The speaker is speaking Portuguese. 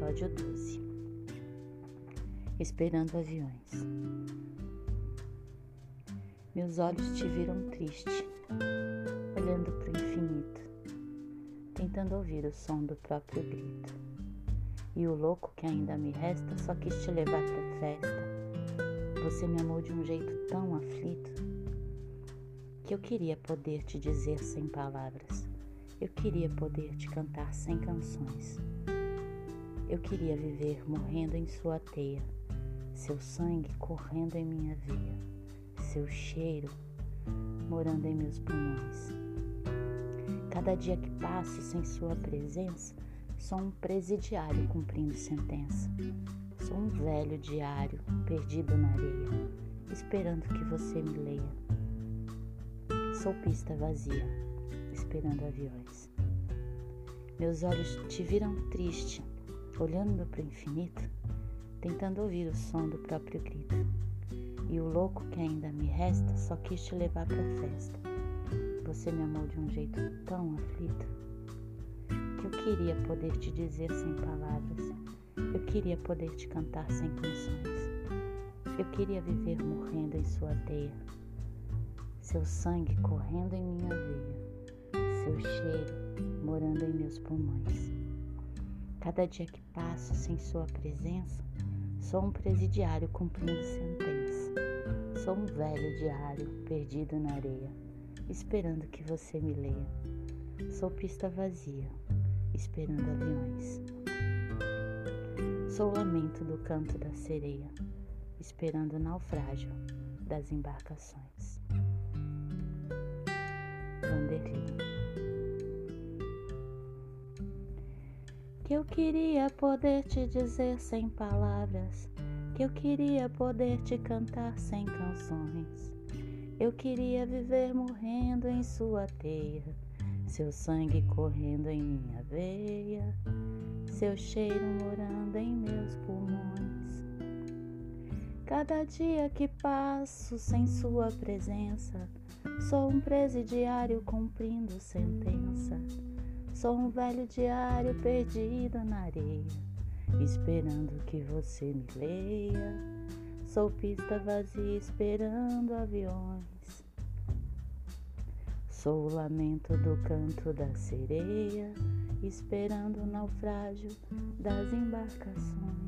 Episódio 12. Esperando aviões. Meus olhos te viram triste, olhando pro infinito, tentando ouvir o som do próprio grito. E o louco que ainda me resta só quis te levar pra festa. Você me amou de um jeito tão aflito que eu queria poder te dizer sem palavras. Eu queria poder te cantar sem canções. Eu queria viver morrendo em sua teia, seu sangue correndo em minha veia, seu cheiro morando em meus pulmões. Cada dia que passo sem sua presença, sou um presidiário cumprindo sentença. Sou um velho diário perdido na areia, esperando que você me leia. Sou pista vazia, esperando aviões. Meus olhos te viram triste, olhando para o infinito, tentando ouvir o som do próprio grito. E o louco que ainda me resta só quis te levar pra festa. Você me amou de um jeito tão aflito que eu queria poder te dizer sem palavras. Eu queria poder te cantar sem canções. Eu queria viver morrendo em sua teia, seu sangue correndo em minha veia, seu cheiro morando em meus pulmões. Cada dia que passo sem sua presença, sou um presidiário cumprindo sentença. Sou um velho diário perdido na areia, esperando que você me leia. Sou pista vazia, esperando aviões. Sou o lamento do canto da sereia, esperando o naufrágio das embarcações. Vanderlei. Que eu queria poder te dizer sem palavras, que eu queria poder te cantar sem canções. Eu queria viver morrendo em sua teia, seu sangue correndo em minha veia, seu cheiro morando em meus pulmões. Cada dia que passo sem sua presença, sou um presidiário cumprindo sentença. Sou um velho diário perdido na areia, esperando que você me leia. Sou pista vazia esperando aviões. Sou o lamento do canto da sereia, esperando o naufrágio das embarcações.